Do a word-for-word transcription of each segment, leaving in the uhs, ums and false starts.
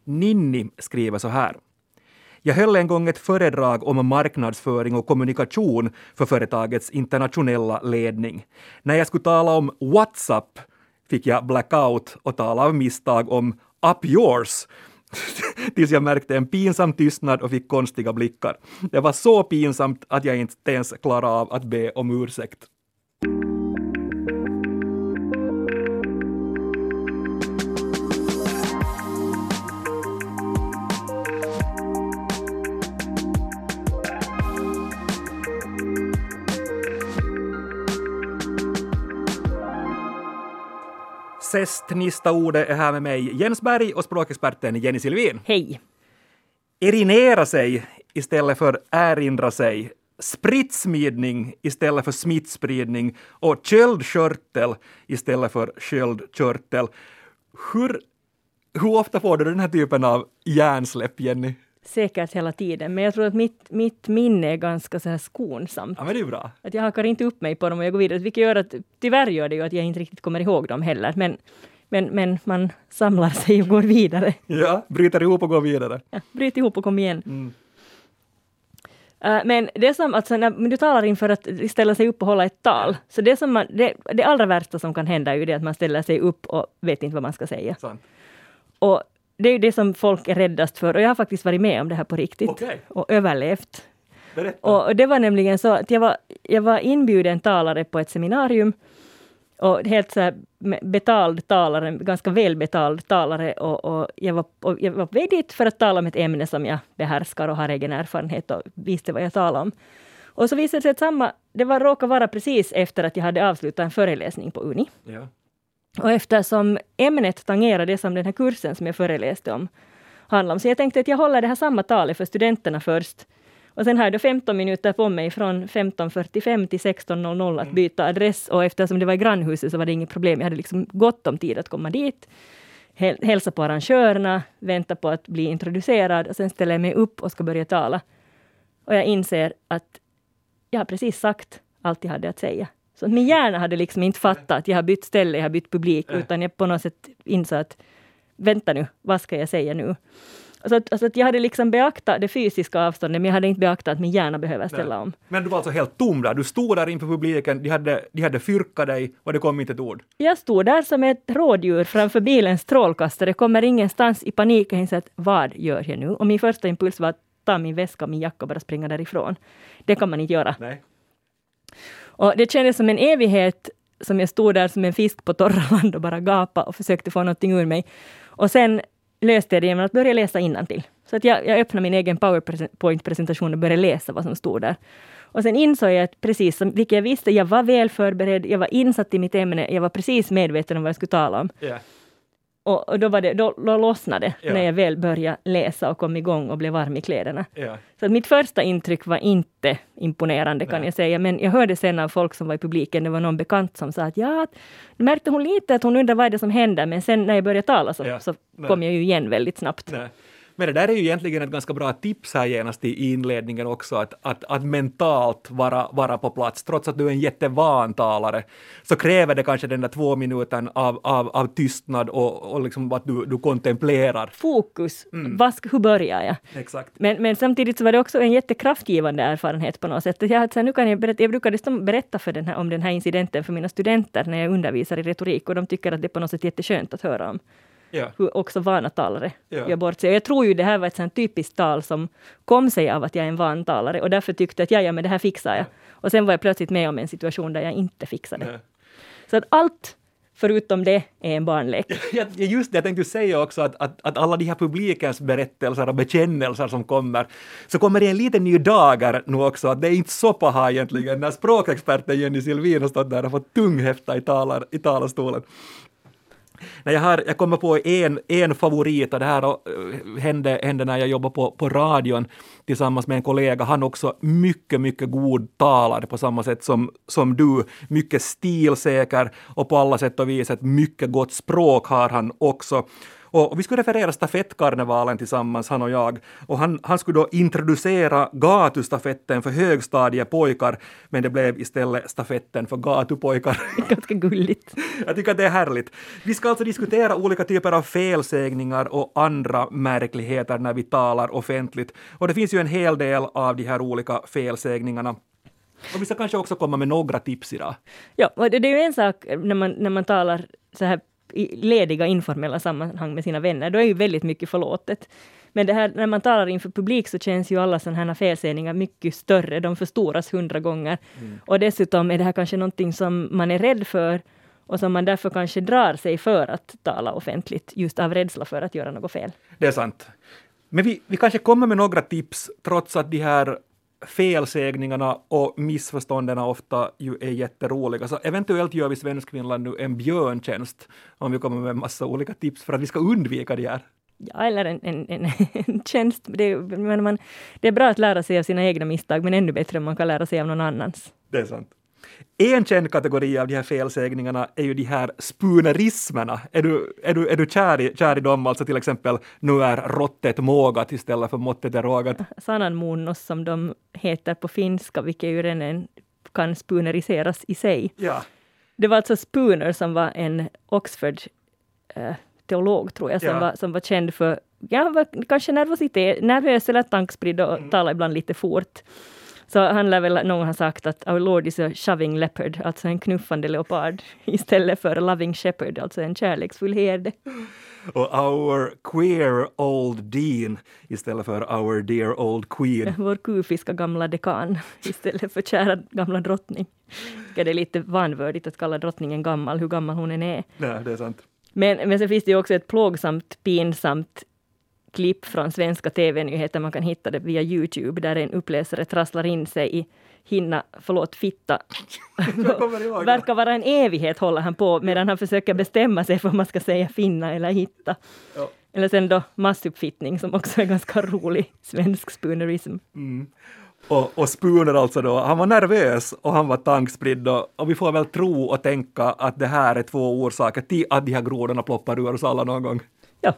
Ninni skriver så här. Jag höll en gång ett föredrag om marknadsföring och kommunikation för företagets internationella ledning. När jag skulle tala om WhatsApp fick jag blackout och tala av misstag om Up Yours. Tills jag märkte en pinsam tystnad och fick konstiga blickar. Det var så pinsamt att jag inte ens klarade av att be om ursäkt. Sest nista ordet är här med mig Jens Berg och språkexperten Jenny Silvin. Hej. Erinera sig istället för erinra sig. Spritsmidning istället för smittspridning och köldkörtel istället för sköldkörtel. Hur, hur ofta får du den här typen av hjärnsläpp, Jenny? Säkert hela tiden, men jag tror att mitt, mitt minne är ganska så här skonsamt. Ja, men det är bra. Att jag hakar inte upp mig på dem och jag går vidare. Vilket gör att, tyvärr gör det ju att jag inte riktigt kommer ihåg dem heller. Men, men, men man samlar sig och går vidare. Ja, bryter ihop och går vidare. Ja, bryter ihop och kom igen. Mm. Uh, men det som, alltså, när du talar inför att ställa sig upp och hålla ett tal. Så det, som man, det, det allra värsta som kan hända är ju det att man ställer sig upp och vet inte vad man ska säga. Sant. Och det är ju det som folk är räddast för. Och jag har faktiskt varit med om det här på riktigt. Okay. Och överlevt. Berätta. Och det var nämligen så att jag var, jag var inbjuden talare på ett seminarium. Och helt så här betald talare, ganska välbetald talare. Och, och, jag var, och jag var på väg dit för att tala om ett ämne som jag behärskar och har egen erfarenhet och visste vad jag talade om. Och så visade det sig att samma, det var råkade vara precis efter att jag hade avslutat en föreläsning på Uni. Ja. Och eftersom ämnet tangerade det som den här kursen som jag föreläste om handlar om. Så jag tänkte att jag håller det här samma talet för studenterna först. Och sen har jag då femton minuter på mig från femton fyrtiofem till sexton noll noll att byta adress. Och eftersom det var i grannhuset så var det inget problem. Jag hade liksom gott om tid att komma dit. Hälsa på arrangörerna, vänta på att bli introducerad. Och sen ställer jag mig upp och ska börja tala. Och jag inser att jag har precis sagt allt jag hade att säga. Så min hjärna hade liksom inte fattat att jag har bytt ställe, jag har bytt publik. Utan jag på något sätt insåg att vänta nu, vad ska jag säga nu? Alltså att, alltså att jag hade liksom beaktat det fysiska avståndet, men jag hade inte beaktat att min hjärna behöver ställa om. Men du var alltså helt tom där. Du stod där inför publiken, de hade, de hade fyrkat dig och det kom inte ett ord. Jag stod där som ett rådjur framför bilens strålkastare, kommer ingenstans i panik och insåg att vad gör jag nu? Och min första impuls var att ta min väska och min jacka och bara springa därifrån. Det kan man inte göra. Nej. Och det kändes som en evighet som jag stod där som en fisk på torra land och bara gapa och försökte få någonting ur mig. Och sen löste jag det genom att börja läsa innantill. Så att jag, jag öppnade min egen PowerPoint-presentation och började läsa vad som stod där. Och sen insåg jag att precis som vilket jag visste, jag var väl förberedd, jag var insatt i mitt ämne, jag var precis medveten om vad jag skulle tala om. Yeah. Och, och då, var det, då, då lossnade det Yeah. när jag väl började läsa och kom igång och blev varm i kläderna. Yeah. Så att mitt första intryck var inte imponerande kan Nej. jag säga. Men jag hörde sen av folk som var i publiken, det var någon bekant som sa att ja, märkte hon lite att hon undrar vad är det som händer. Men sen när jag började tala så, Ja. så Nej. kom jag ju igen väldigt snabbt. Nej. Men det där är ju egentligen ett ganska bra tips här genast i inledningen också, att, att, att mentalt vara, vara på plats. Trots att du är en jättevan talare så kräver det kanske den där två minuten av, av, av tystnad och, och liksom att du, du kontemplerar. Fokus, Mm. vad ska, hur börjar jag? Exakt. Men, men samtidigt så var det också en jättekraftgivande erfarenhet på något sätt. Jag, så här, nu kan jag, berätta, jag brukade stå- berätta för den här, om den här incidenten för mina studenter när jag undervisar i retorik och de tycker att det är på något sätt jätteskönt att höra om. Ja. Hur också vana talare Ja. gör bort sig. Jag tror ju det här var ett sånt typiskt tal som kom sig av att jag är en van talare och därför tyckte jag att ja, ja, men det här fixar jag. Och sen var jag plötsligt med om en situation där jag inte fixade. Nej. Så att allt förutom det är en barnlek. Ja, just det, jag tänkte säga också att, att, att alla de här publikens berättelser och bekännelser som kommer, så kommer det en liten ny dagar nu också, att det är inte så paha egentligen när språkexperten Jenny Silvin har stått där och fått tunghäfta i, talar, i talarstolen. Nej, jag, har, jag kommer på en, en favorit och det här uh, hände, hände när jag jobbade på, på radion tillsammans med en kollega. Han också mycket, mycket god talare på samma sätt som, som du. Mycket stilsäker och på alla sätt och vis ett mycket gott språk har han också. Och, och vi skulle referera stafettkarnevalen tillsammans, han och jag. Och han, han skulle då introducera gatustafetten för högstadiepojkar, men det blev istället stafetten för gatupojkar. Ganska gulligt. Jag tycker att det är härligt. Vi ska alltså diskutera olika typer av felsägningar och andra märkligheter när vi talar offentligt. Och det finns ju en hel del av de här olika felsägningarna. Och vi ska kanske också komma med några tips idag. Ja, och det, det är ju en sak när man, när man talar så här i lediga informella sammanhang med sina vänner, då är ju väldigt mycket förlåtet. Men det här, när man talar inför publik så känns ju alla sådana här felsägningar mycket större. De förstoras hundra gånger. Mm. Och dessutom är det här kanske någonting som man är rädd för och som man därför kanske drar sig för att tala offentligt, just av rädsla för att göra något fel. Det är sant. Men vi, vi kanske kommer med några tips, trots att de här felsägningarna och missförstånden ofta ju är jätteroliga. Så eventuellt gör vi Svenskfinland nu en björntjänst om vi kommer med en massa olika tips för att vi ska undvika det här. Ja, eller en, en, en, en tjänst. Det, men man, det är bra att lära sig av sina egna misstag, men ännu bättre om man kan lära sig av någon annans. Det är sant. En känd kategori av de här felsägningarna är ju de här spunerismerna. Är du, är du, är du kär, i, kär i dem? Alltså till exempel, nu är råttet mågat istället för måttet är rågat. Sananmunnos som de heter på finska, vilket ju redan kan spuneriseras i sig. Ja. Det var alltså Spooner som var en Oxford äh, teolog, tror jag, som, ja. var, som var känd för ja, var kanske nervositet, nervös eller tankspridd och mm. talade ibland lite fort. Så han lär väl någon ha sagt att our Lord is a shoving leopard, alltså en knuffande leopard, istället för a loving shepherd, alltså en kärleksfull herde. Och our queer old dean istället för our dear old queen. Vår kufiska gamla dekan istället för kära gamla drottning. Det är lite vanvördigt att kalla drottningen gammal, hur gammal hon än är. Nej, det är sant. Men, men så finns det ju också ett plågsamt, pinsamt klipp från svenska tv-nyheter. Man kan hitta det via YouTube där en uppläsare trasslar in sig i hinna, förlåt, fitta. Verkar vara en evighet håller han på medan han försöker bestämma sig för om man ska säga finna eller hitta. Ja. Eller sen då massuppfittning som också är ganska rolig svensk spoonerism. Mm. Och, och Spooner alltså då, han var nervös och han var tankspridd och, och vi får väl tro och tänka att det här är två orsaker till att de här grodorna ploppar ur oss alla någon gång. Ja.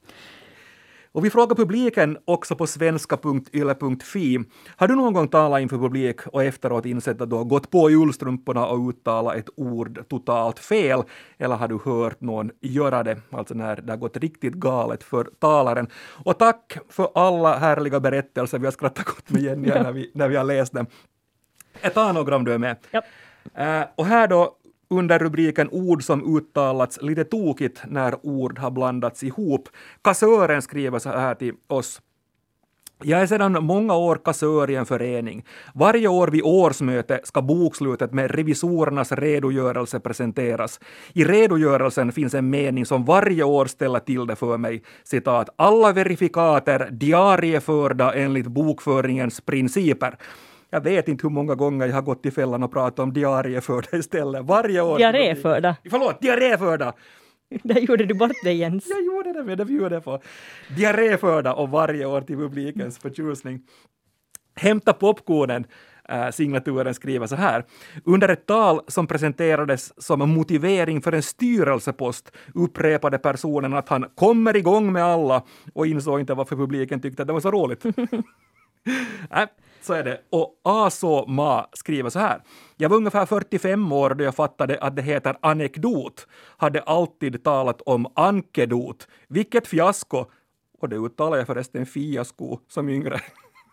Och vi frågar publiken också på svenska punkt yle punkt fi. Har du någon gång talat inför publik och efteråt insett att du har gått på i ullstrumporna och uttalat ett ord totalt fel? Eller har du hört någon göra det, alltså när det har gått riktigt galet för talaren? Och tack för alla härliga berättelser. Vi har skrattat gott med Jenny ja. när, vi, när vi har läst dem. Jag tar några om du är med. Ja. Uh, och här då under rubriken ord som uttalats lite tokigt när ord har blandats ihop. Kassören skriver så här till oss. Jag är sedan många år kassör i en förening. Varje år vid årsmöte ska bokslutet med revisorernas redogörelse presenteras. I redogörelsen finns en mening som varje år ställer till det för mig. Citat, alla verifikater diarieförda enligt bokföringens principer. Jag vet inte hur många gånger jag har gått i fällan och pratat om diarieförda istället. Varje år. Diarréförda. Förlåt, diarréförda. Där gjorde du bort det, Jens. Jag gjorde det, men det bjuder jag på. Diarréförda och varje år till publikens förtjusning. Hämta popcornen. Äh, signaturen skriver så här. Under ett tal som presenterades som motivering för en styrelsepost upprepade personen att han kommer igång med alla och insåg inte varför publiken tyckte att det var så roligt. äh, Så är det. Och Aso Ma skriver så här. Jag var ungefär fyrtiofem år då jag fattade att det heter anekdot. Hade alltid talat om ankedot. Vilket fiasko. Och det uttalar jag förresten fiasko som yngre.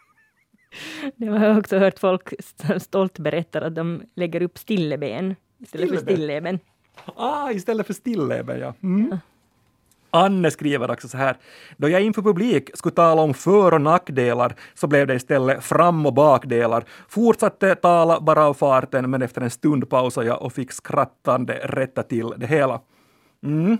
Det har jag också hört folk stolt berätta att de lägger upp stilleben istället Stilleben. för stilleben. Ah, istället för stilleben, ja. Mm. ja. Anne skriver också så här. Då jag inför publik skulle tala om för- och nackdelar så blev det istället fram- och bakdelar. Fortsatte tala bara av farten men efter en stund pausade jag och fick skrattande rätta till det hela. Mm.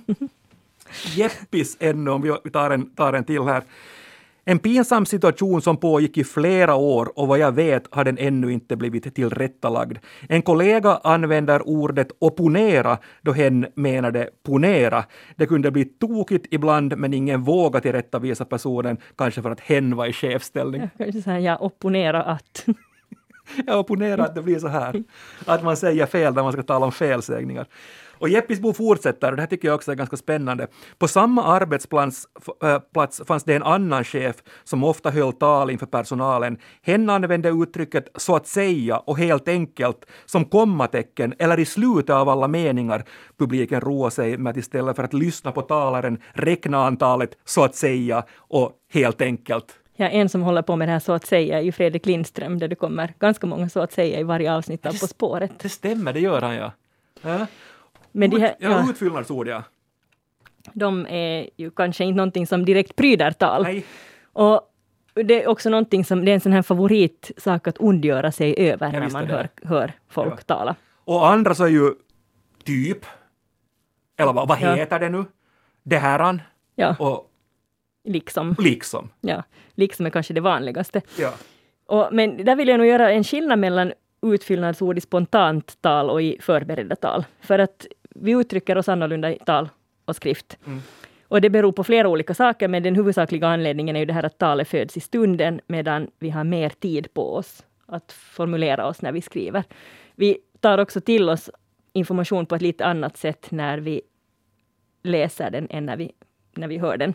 Jeppis ännu om vi tar en, tar en till här. En pinsam situation som pågick i flera år och vad jag vet har den ännu inte blivit tillrättalagd. En kollega använder ordet opponera då hen menade ponera. Det kunde bli tokigt ibland men ingen vågar tillrättavisa personen, kanske för att hen var i chefställning. Jag kanske säga jag opponera att. Jag opponerar att det blir så här. Att man säger fel när man ska tala om felsägningar. Och Jeppis Bo fortsätter, och det här tycker jag också är ganska spännande. På samma arbetsplats äh, plats fanns det en annan chef som ofta höll tal inför personalen. Hen använde uttrycket så att säga och helt enkelt som kommatecken eller i slutet av alla meningar. Publiken roade sig med att istället för att lyssna på talaren räkna antalet så att säga och helt enkelt. Ja, en som håller på med det här så att säga är ju Fredrik Lindström, där det kommer ganska många så att säga i varje avsnitt av På spåret. Det stämmer, det gör han, ja. ja. Men de här, ja, ja. Utfyllnadsord, ja. De är ju kanske inte någonting som direkt pryder tal. Nej. Och det är också någonting som, det är en sån här favoritsak att ondgöra sig över Jag när man det. hör, hör folk ja. tala. Och andra så är ju typ, eller vad, vad ja. heter det nu? Det här han. Ja. Och Liksom. Liksom. Ja, liksom är kanske det vanligaste. Ja. Och, men där vill jag nog göra en skillnad mellan utfyllnadsord i spontant tal och i förberedda tal. För att vi uttrycker oss annorlunda i tal och skrift. Mm. Och det beror på flera olika saker, men den huvudsakliga anledningen är ju det här att talet föds i stunden medan vi har mer tid på oss att formulera oss när vi skriver. Vi tar också till oss information på ett lite annat sätt när vi läser den än när vi, när vi hör den.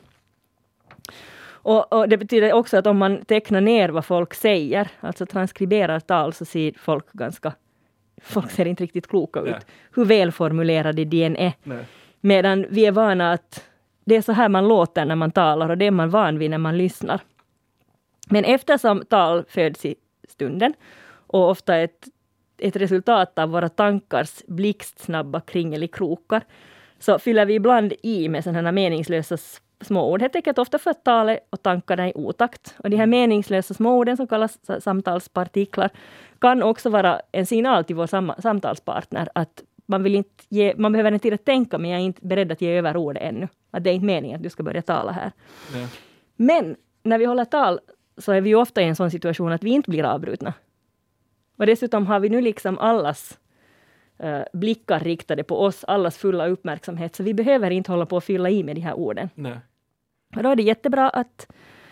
Och, och det betyder också att om man tecknar ner vad folk säger, alltså transkriberar tal, så ser folk ganska, folk ser inte riktigt kloka ut. Nej. Hur välformulerade de än är. Nej. Medan vi är vana att det är så här man låter när man talar och det är man van vid när man lyssnar. Men eftersom tal föds i stunden och ofta ett, ett resultat av våra tankars blixtsnabba kringelikrokar, så fyller vi ibland i med sådana här meningslösa småord. Helt enkelt ofta för att talet och tankarna är i otakt. Och de här meningslösa småorden som kallas samtalspartiklar kan också vara en signal till vår sam- samtalspartner att man, vill inte ge, man behöver en tid att tänka, men jag är inte beredd att ge över ord ännu. Att det är inte meningen att du ska börja tala här. Nej. Men när vi håller tal så är vi ofta i en sån situation att vi inte blir avbrutna. Och dessutom har vi nu liksom allas uh, blickar riktade på oss, allas fulla uppmärksamhet. Så vi behöver inte hålla på att fylla i med de här orden. Nej. Och då är det jättebra att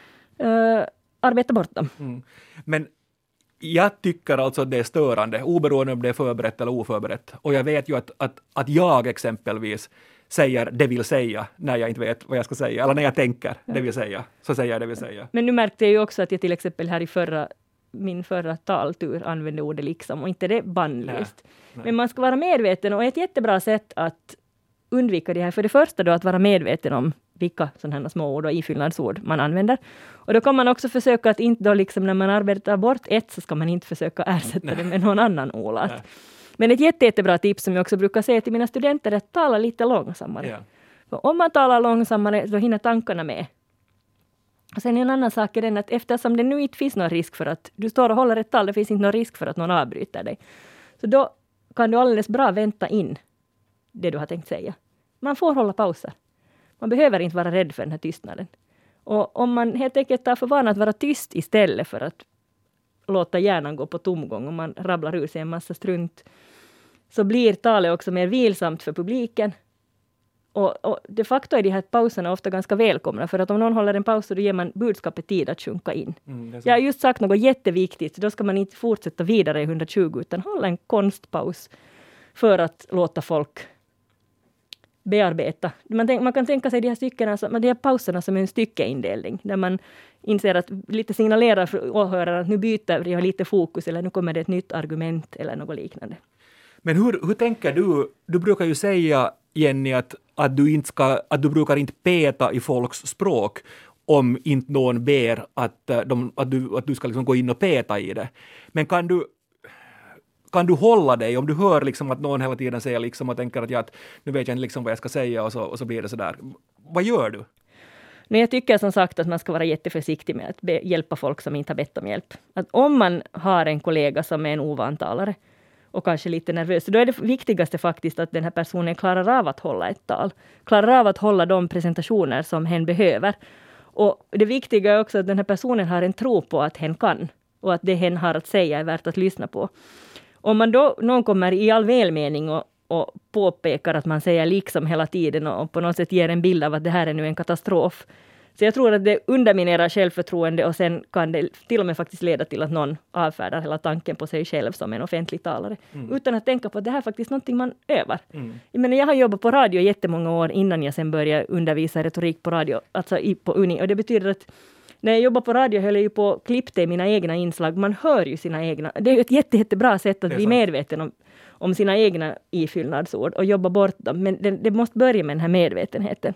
uh, arbeta bort dem. Mm. Men jag tycker alltså att det är störande, oberoende om det är förberett eller oförberett. Och jag vet ju att, att, att jag exempelvis säger det vill säga när jag inte vet vad jag ska säga. Eller när jag tänker ja. det vill säga, så säger jag det vill säga. Men nu märkte jag ju också att jag till exempel här i förra, min förra taltur använde ordet liksom. Och inte det bannlyst. Nej, nej. Men man ska vara medveten, och ett jättebra sätt att undvika det här. För det första då att vara medveten om vilka sådana här små ord och ifyllnadsord man använder. Och då kan man också försöka att inte då liksom när man arbetar bort ett, så ska man inte försöka ersätta Nej. det med någon annan ordlast. Nej. Men ett jätte, jättebra tips som jag också brukar säga till mina studenter är att tala lite långsammare. Ja. För om man talar långsammare så hinner tankarna med. Och sen en annan sak är den att eftersom det nu inte finns någon risk för att du står och håller ett tal, det finns inte någon risk för att någon avbryter dig. Så då kan du alldeles bra vänta in det du har tänkt säga. Man får hålla pauser. Man behöver inte vara rädd för den här tystnaden. Och om man helt enkelt tar för vana att vara tyst istället för att låta hjärnan gå på tomgång och man rabblar ur sig en massa strunt, så blir talet också mer vilsamt för publiken. Och, och de facto är de här pauserna ofta ganska välkomna, för att om någon håller en paus så då ger man budskapet tid att sjunka in. Mm, jag har just sagt något jätteviktigt, då ska man inte fortsätta vidare i hundratjugo utan hålla en konstpaus för att låta folk bearbeta. Man, tänk, man kan tänka sig de här styckena, de här pauserna som en styckeindelning, där man inser att lite signalerar för åhöraren att nu byter jag lite fokus eller nu kommer det ett nytt argument eller något liknande. Men hur, hur tänker du? Du brukar ju säga, Jenny, att, att, du inte ska, att du brukar inte peta i folks språk om inte någon ber att, de, att, du, att du ska liksom gå in och peta i det. Men kan du Kan du hålla dig om du hör liksom att någon hela tiden säger liksom och tänker att, ja, att nu vet jag inte liksom vad jag ska säga och så, och så blir det sådär. Vad gör du? Nej, jag tycker som sagt att man ska vara jätteförsiktig med att be, hjälpa folk som inte har bett om hjälp. Att om man har en kollega som är en ovan talare och kanske lite nervös, så då är det viktigaste faktiskt att den här personen klarar av att hålla ett tal. Klarar av att hålla de presentationer som hen behöver. Och det viktiga är också att den här personen har en tro på att hen kan och att det hen har att säga är värt att lyssna på. Om man då, någon kommer i all välmening och, och påpekar att man säger liksom hela tiden och på något sätt ger en bild av att det här är nu en katastrof, Så jag tror att det underminerar självförtroende och sen kan det till och med faktiskt leda till att någon avfärdar hela tanken på sig själv som en offentlig talare. Mm. Utan att tänka på att det här är faktiskt någonting man övar. Mm. Jag menar, jag har jobbat på radio jättemånga år innan jag sen började undervisa retorik på radio, alltså i, på Uni. Och det betyder att när jag jobbar på radio höll jag ju på att klippa mina egna inslag. Man hör ju sina egna. Det är ju ett jätte, jättebra sätt att bli medveten om, om sina egna ifyllnadsord och jobba bort dem. Men det, det måste börja med den här medvetenheten.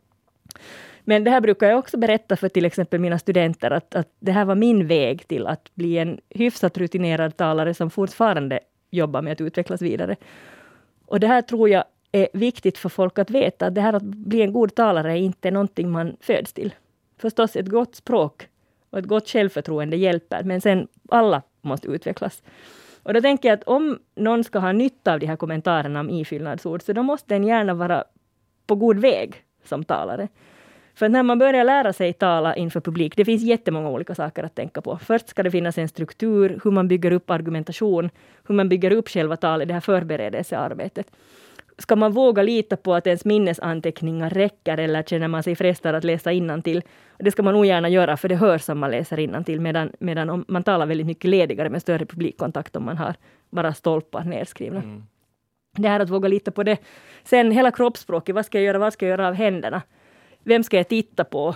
Men det här brukar jag också berätta för till exempel mina studenter att, att det här var min väg till att bli en hyfsat rutinerad talare som fortfarande jobbar med att utvecklas vidare. Och det här tror jag är viktigt för folk att veta. Att det här att bli en god talare är inte någonting man föds till. Förstås ett gott språk och ett gott självförtroende hjälper, men sen alla måste utvecklas. Och då tänker jag att om någon ska ha nytta av de här kommentarerna om ifyllnadsord, så då måste den gärna vara på god väg som talare. För när man börjar lära sig tala inför publik, det finns jättemånga olika saker att tänka på. Först ska det finnas en struktur, hur man bygger upp argumentation, hur man bygger upp själva talet, det här förberedelsearbetet. Ska man våga lita på att ens minnesanteckningar räcker eller känner man sig frestad att läsa innantill? Och det ska man nog gärna göra, för det hörs om man läser innantill, medan, medan om man talar väldigt mycket ledigare med större publikkontakt om man har bara stolpar nedskrivna. Mm. Det här att våga lita på det. Sen hela kroppsspråket, vad ska jag göra, vad ska jag göra av händerna? Vem ska jag titta på?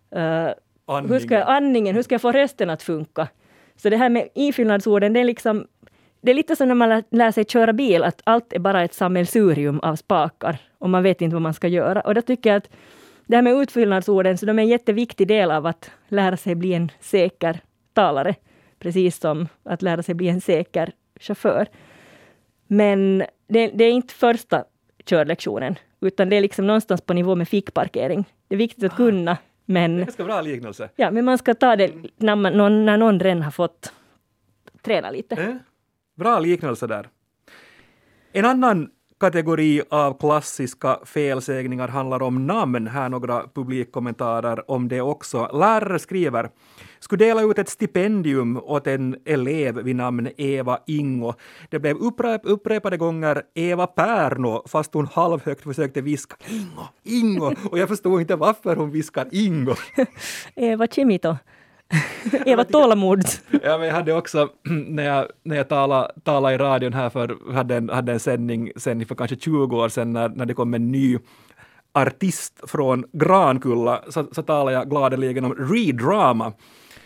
Uh, hur ska jag, andningen, hur ska jag få rösten att funka? Så det här med ifyllnadsorden, det är liksom, det är lite som när man lär, lär sig köra bil, att allt är bara ett sammelsurium av spakar och man vet inte vad man ska göra. Och då tycker jag att det här med utfyllnadsorden, så de är en jätteviktig del av att lära sig bli en säker talare, precis som att lära sig bli en säker chaufför. Men det, det är inte första körlektionen, utan det är liksom någonstans på nivå med fickparkering. Det är viktigt att kunna, men... Det är ganska bra liknelse. Ja, men man ska ta det när, man, någon, när någon redan har fått träna lite. Eh, bra liknelse där. En annan kategori av klassiska felsägningar handlar om namn. Här några publikkommentarer om det också. Lärare skriver: skulle dela ut ett stipendium åt en elev vid namn Eva Ingo. Det blev upprep, upprepade gånger Eva Pärno, fast hon halvhögt försökte viska Ingo, Ingo. Och jag förstod inte varför hon viskar Ingo. Eva Chimito. Eva Tålamod. Ja, men jag hade också, när jag, när jag talade, talade i radion här för, hade en, hade en sändning sen för kanske tjugo år sedan när, när det kom en ny artist från Grankulla, så, så talade jag gladeligen om Redrama.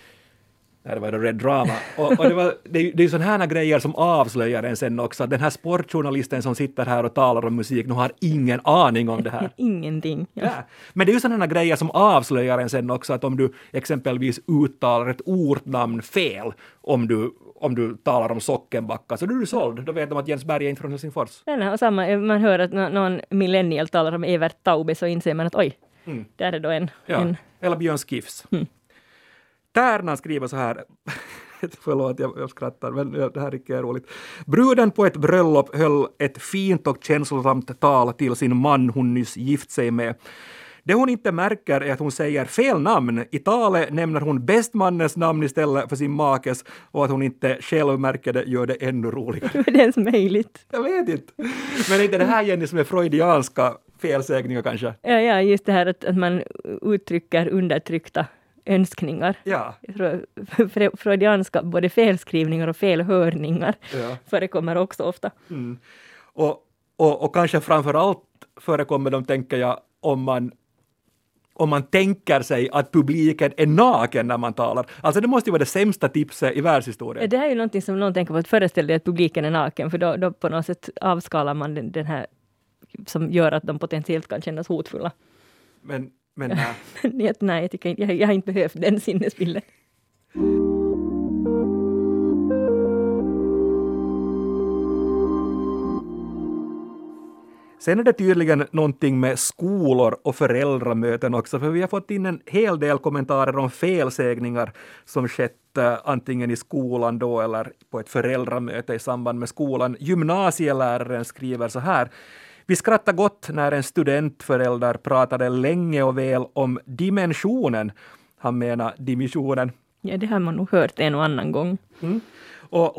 Nej, det var det Red Drama. Och, och det, var, det, det är sådana här grejer som avslöjar en sen också. Den här sportjournalisten som sitter här och talar om musik, nu har ingen aning om det här. Ingenting. Ja. Ja. Men det är ju sådana här grejer som avslöjar en sen också, att om du exempelvis uttalar ett ortnamn fel, om du, om du talar om Sockenbacka, så då är du såld. Då vet de att Jens Berg är inte från Helsingfors. Nej, nej, och samma, man hör att någon millennial talar om Evert Taube, så inser man att oj, mm. där är då en... Ja. en... Eller Björn Skifs. Mm. Tärnan skriver så här, förlåt jag, jag skrattar, men det här är roligt. Bruden på ett bröllop höll ett fint och känslosamt tal till sin man hon nyss gift sig med. Det hon inte märker är att hon säger fel namn. I talet nämner hon bästmannens namn istället för sin makes, och att hon inte själv märker det gör det ännu roligare. Hur är det ens möjligt? Jag vet inte. Men är inte det här, Jenny, som är freudianska felsägningar kanske? Ja, ja, just det här att, att man uttrycker undertryckta önskningar. Ja. Jag tror freudianska både felskrivningar och felhörningar ja. förekommer också ofta. Mm. Och, och, och kanske framförallt förekommer de, tänker jag, om man om man tänker sig att publiken är naken när man talar. Alltså det måste ju vara det sämsta tipset i världshistorien. Det här är ju någonting som någon tänker på, att föreställa att publiken är naken, för då, då på något sätt avskalar man den, den här som gör att de potentiellt kan kännas hotfulla. Men Men nej. nej, jag, tycker inte, jag, jag har inte behövt den sinnesbilden. Sen är det tydligen någonting med skolor och föräldramöten också, för vi har fått in en hel del kommentarer om felsägningar som skett uh, antingen i skolan då eller på ett föräldramöte i samband med skolan. Gymnasieläraren skriver så här: vi skrattar gott när en studentförälder pratade länge och väl om dimensionen. Han menar dimensionen. Ja, det har man nog hört en och annan gång. Mm. Och Lotta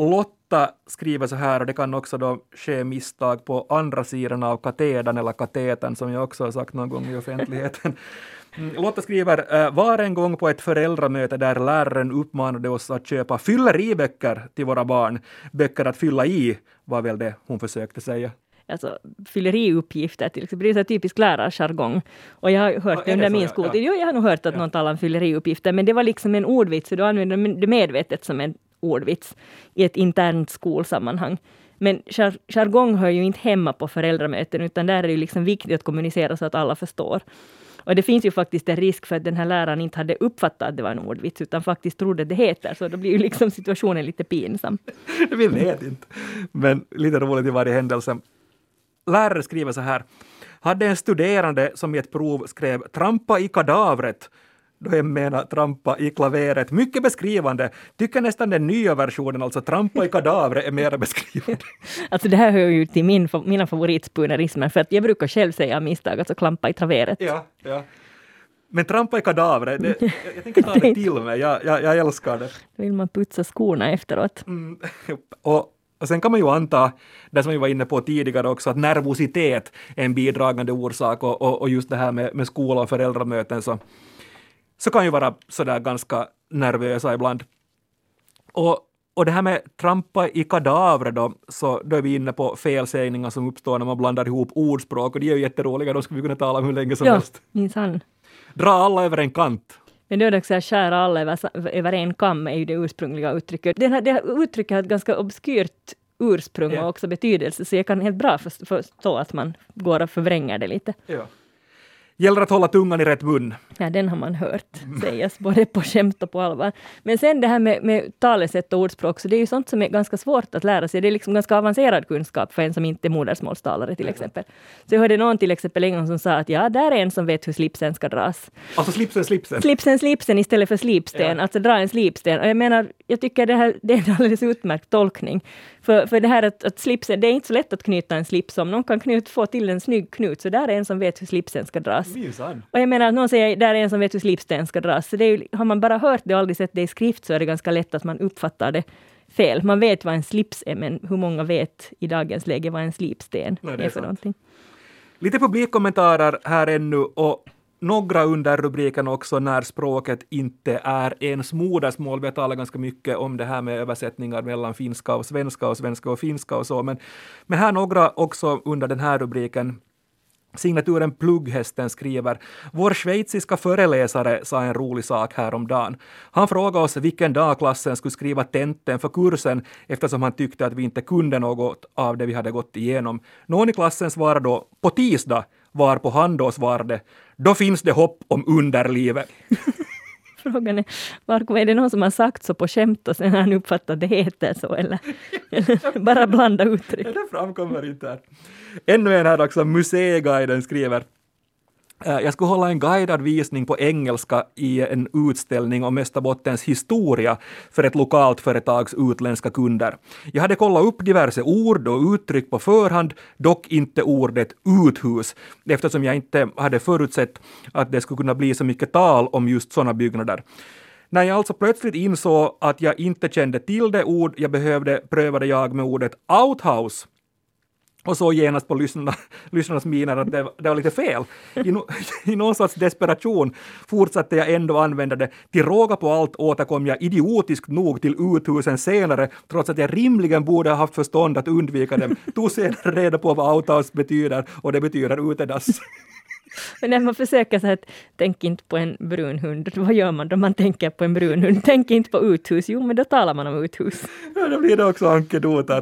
Lotta skriver så här, och det kan också då ske misstag på andra sidan av katedern eller katetern, som jag också har sagt någon gång i offentligheten. Lotta skriver, var en gång på ett föräldramöte där läraren uppmanade oss att köpa fylleriböcker till våra barn. Böcker att fylla i var väl det hon försökte säga. Alltså fylleriuppgifter till exempel, det är så typisk lärarjargong. Och jag har hört ja, det under min skoltid. Ja. Jo, jag har nog hört att ja. någon talar om fylleriuppgifter, men det var liksom en ordvits, så då använder de det medvetet som en ordvits i ett internt skolsammanhang. Men jar- jargong hör ju inte hemma på föräldramöten, utan där är det ju liksom viktigt att kommunicera så att alla förstår. Och det finns ju faktiskt en risk för att den här läraren inte hade uppfattat att det var en ordvits, utan faktiskt trodde det heter. Så då blir ju liksom situationen lite pinsam. Vi vet inte. Men lite roligt i varje händelse. Lärare skriver så här. Hade en studerande som i ett prov skrev trampa i kadavret. Då jag menar trampa i klaveret. Mycket beskrivande. Tycker nästan den nya versionen, alltså trampa i kadavret, är mer beskrivande. Alltså det här hör ju till min, mina favoritspunerismer. För att jag brukar själv säga misstag, alltså klampa i traveret. Ja, ja. Men trampa i kadavret, det, jag, jag tänker ta det till mig. Jag, jag, jag älskar det. Då vill man putsa skorna efteråt. Mm, och Och sen kan man ju anta, det som vi var inne på tidigare också, att nervositet är en bidragande orsak, och, och, och just det här med, med skola och föräldramöten så, så kan ju vara sådär ganska nervösa ibland. Och, och det här med trampa i kadavret då, så då är vi inne på felsägningar som uppstår när man blandar ihop ordspråk, och det är ju jätteroliga, då ska vi kunna tala om hur länge som ja, helst. Minsann. Dra alla över en kant. Men då är det också att skära alla över, över en kam är ju det ursprungliga uttrycket. Det här, det här uttrycket har ett ganska obskyrt ursprung yeah. och också betydelse, så jag kan helt bra förstå att man går och förvränger det lite. Ja. Gäller att hålla tungan i rätt mun. Ja, den har man hört sägas både på skämt och på allvar. Men sen det här med, med talesätt och ordspråk, så det är ju sånt som är ganska svårt att lära sig. Det är liksom ganska avancerad kunskap för en som inte är modersmålstalare till exempel. Så jag hörde någon till exempel en gång som sa att ja, där är en som vet hur slipsen ska dras. Alltså slipsen, slipsen? Slipsen, slipsen istället för slipsten. Ja. Alltså dra en slipsten. Och jag menar, jag tycker det här det är en alldeles utmärkt tolkning. För, för det här att, att slipsen, det är inte så lätt att knyta en slips om. Någon kan knut, få till en snygg knut, så där är en som vet hur slipsen ska dras. Minsann. Och jag menar att någon säger, där är en som vet hur slipsten ska dras. Så det är ju, har man bara hört det och aldrig sett det i skrift, så är det ganska lätt att man uppfattar det fel. Man vet vad en slips är, men hur många vet i dagens läge vad en slipsten Nej, är, är för någonting? Lite publikkommentarer här ännu, och några under rubriken också när språket inte är ens modersmål. Vi talar ganska mycket om det här med översättningar mellan finska och svenska och svenska och finska och så. Men, men här några också under den här rubriken. Signaturen Plugghästen skriver: Vår schweiziska föreläsare sa en rolig sak häromdagen. Han frågade oss vilken dag klassen skulle skriva tenten för kursen, eftersom han tyckte att vi inte kunde något av det vi hade gått igenom. Någon i klassen svarade då på tisdag, var på han då svarade: Då finns det hopp om underlivet. Frågan är, var är det någon som har sagt så på skämt och sen har han uppfattat att det heter så, eller bara blanda uttryck? Det framkommer inte här. Ännu en här också, Museiguiden skriver: Jag skulle hålla en guidad visning på engelska i en utställning om Österbottens historia för ett lokalt företags utländska kunder. Jag hade kollat upp diverse ord och uttryck på förhand, dock inte ordet uthus, eftersom jag inte hade förutsett att det skulle kunna bli så mycket tal om just sådana byggnader. När jag alltså plötsligt insåg att jag inte kände till det ord jag behövde, prövade jag med ordet outhouse. Och så genast på lyssnarna, lyssnarnas miner att det, det var lite fel. I, no, I någon sorts desperation fortsatte jag ändå använda det. Till råga på allt återkom jag idiotiskt nog till uthusen senare, trots att jag rimligen borde ha haft förstånd att undvika dem. Tog senare reda på vad outhouse betyder, och det betyder utedass. Men när man försöker så att tänk inte på en brun hund, vad gör man då man tänker på en brun hund? Tänk inte på uthus, jo men då talar man om uthus. Ja, då blir det också ankedotar.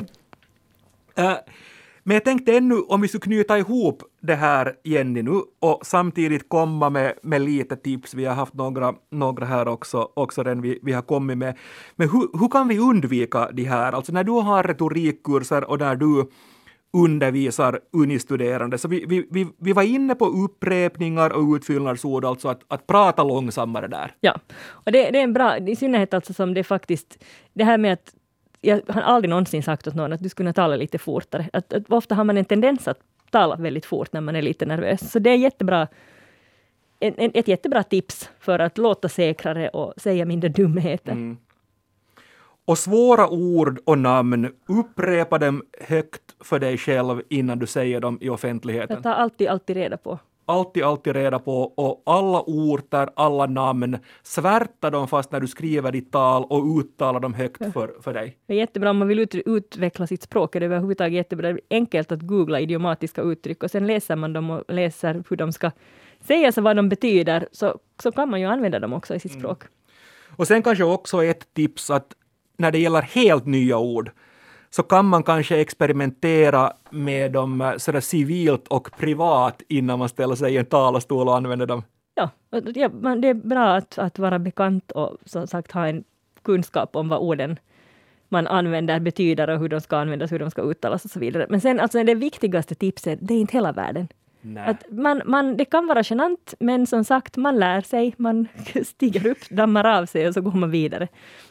Uh, Men jag tänkte ännu om vi skulle knyta ihop det här, Jenny, nu och samtidigt komma med, med lite tips. Vi har haft några, några här också, också den vi, vi har kommit med. Men hur, hur kan vi undvika det här? Alltså när du har retorikkurser och när du undervisar unistuderande. Så vi, vi, vi, vi var inne på upprepningar och utfyllnadsord, alltså att, att prata långsammare där. Ja, och det, det är en bra, i synnerhet alltså som det faktiskt, det här med att jag har aldrig någonsin sagt åt någon att du skulle tala lite fortare. Att, att ofta har man en tendens att tala väldigt fort när man är lite nervös. Så det är jättebra, en, en, ett jättebra tips för att låta säkrare och säga mindre dumheter. Mm. Och svåra ord och namn, upprepa dem högt för dig själv innan du säger dem i offentligheten. Jag tar alltid, alltid reda på. Alltid, alltid reda på, och alla orter, alla namn, svärta dem fast när du skriver ditt tal och uttala dem högt ja. för, för dig. Det är jättebra om man vill ut, utveckla sitt språk. Det är överhuvudtaget jättebra. Det är enkelt att googla idiomatiska uttryck och sen läser man dem och läser hur de ska säga sig, vad de betyder, så, så kan man ju använda dem också i sitt språk. Mm. Och sen kanske också ett tips att när det gäller helt nya ord så kan man kanske experimentera med dem sådär civilt och privat innan man ställer sig i en talarstol och använder dem. Ja, det är bra att, att vara bekant och som sagt ha en kunskap om vad orden man använder betyder och hur de ska användas, hur de ska uttalas och så vidare. Men sen alltså det viktigaste tipset, det är inte hela världen. Att man, man, det kan vara genant, men som sagt, man lär sig, man stiger upp, dammar av sig och så går man vidare.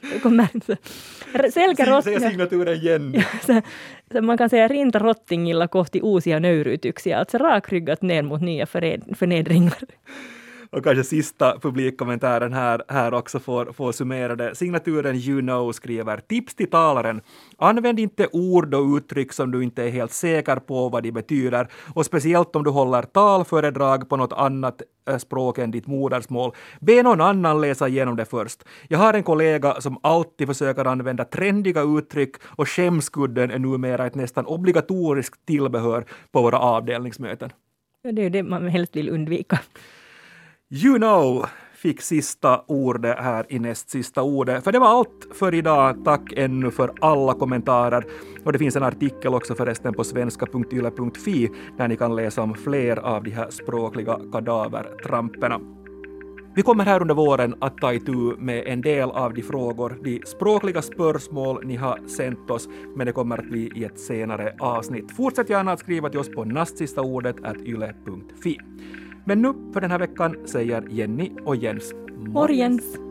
Säger signaturen igen. Ja, så, så man kan säga rinta rottingilla kohti uusia nöyryytyksiä, alltså rakryggat ner mot nya förnedringar. Och kanske sista publikkommentaren här, här också får, får summera det. Signaturen You Know skriver: tips till talaren. Använd inte ord och uttryck som du inte är helt säker på vad de betyder. Och speciellt om du håller talföredrag på något annat språk än ditt modersmål. Be någon annan läsa igenom det först. Jag har en kollega som alltid försöker använda trendiga uttryck och skämskudden är numera ett nästan obligatoriskt tillbehör på våra avdelningsmöten. Ja, det är det man helst vill undvika. You Know fick sista ordet här i näst sista ordet. För det var allt för idag. Tack ännu för alla kommentarer. Och det finns en artikel också förresten på svenska punkt yle punkt fi där ni kan läsa om fler av de här språkliga kadavertramperna. Vi kommer här under våren att ta itu med en del av de frågor, de språkliga spörsmål ni har sänt oss, men det kommer att bli i ett senare avsnitt. Fortsätt gärna att skriva till oss på nastsistaordet at yle punkt fi. Men nu för den här veckan säger Jenny och Jens morgens.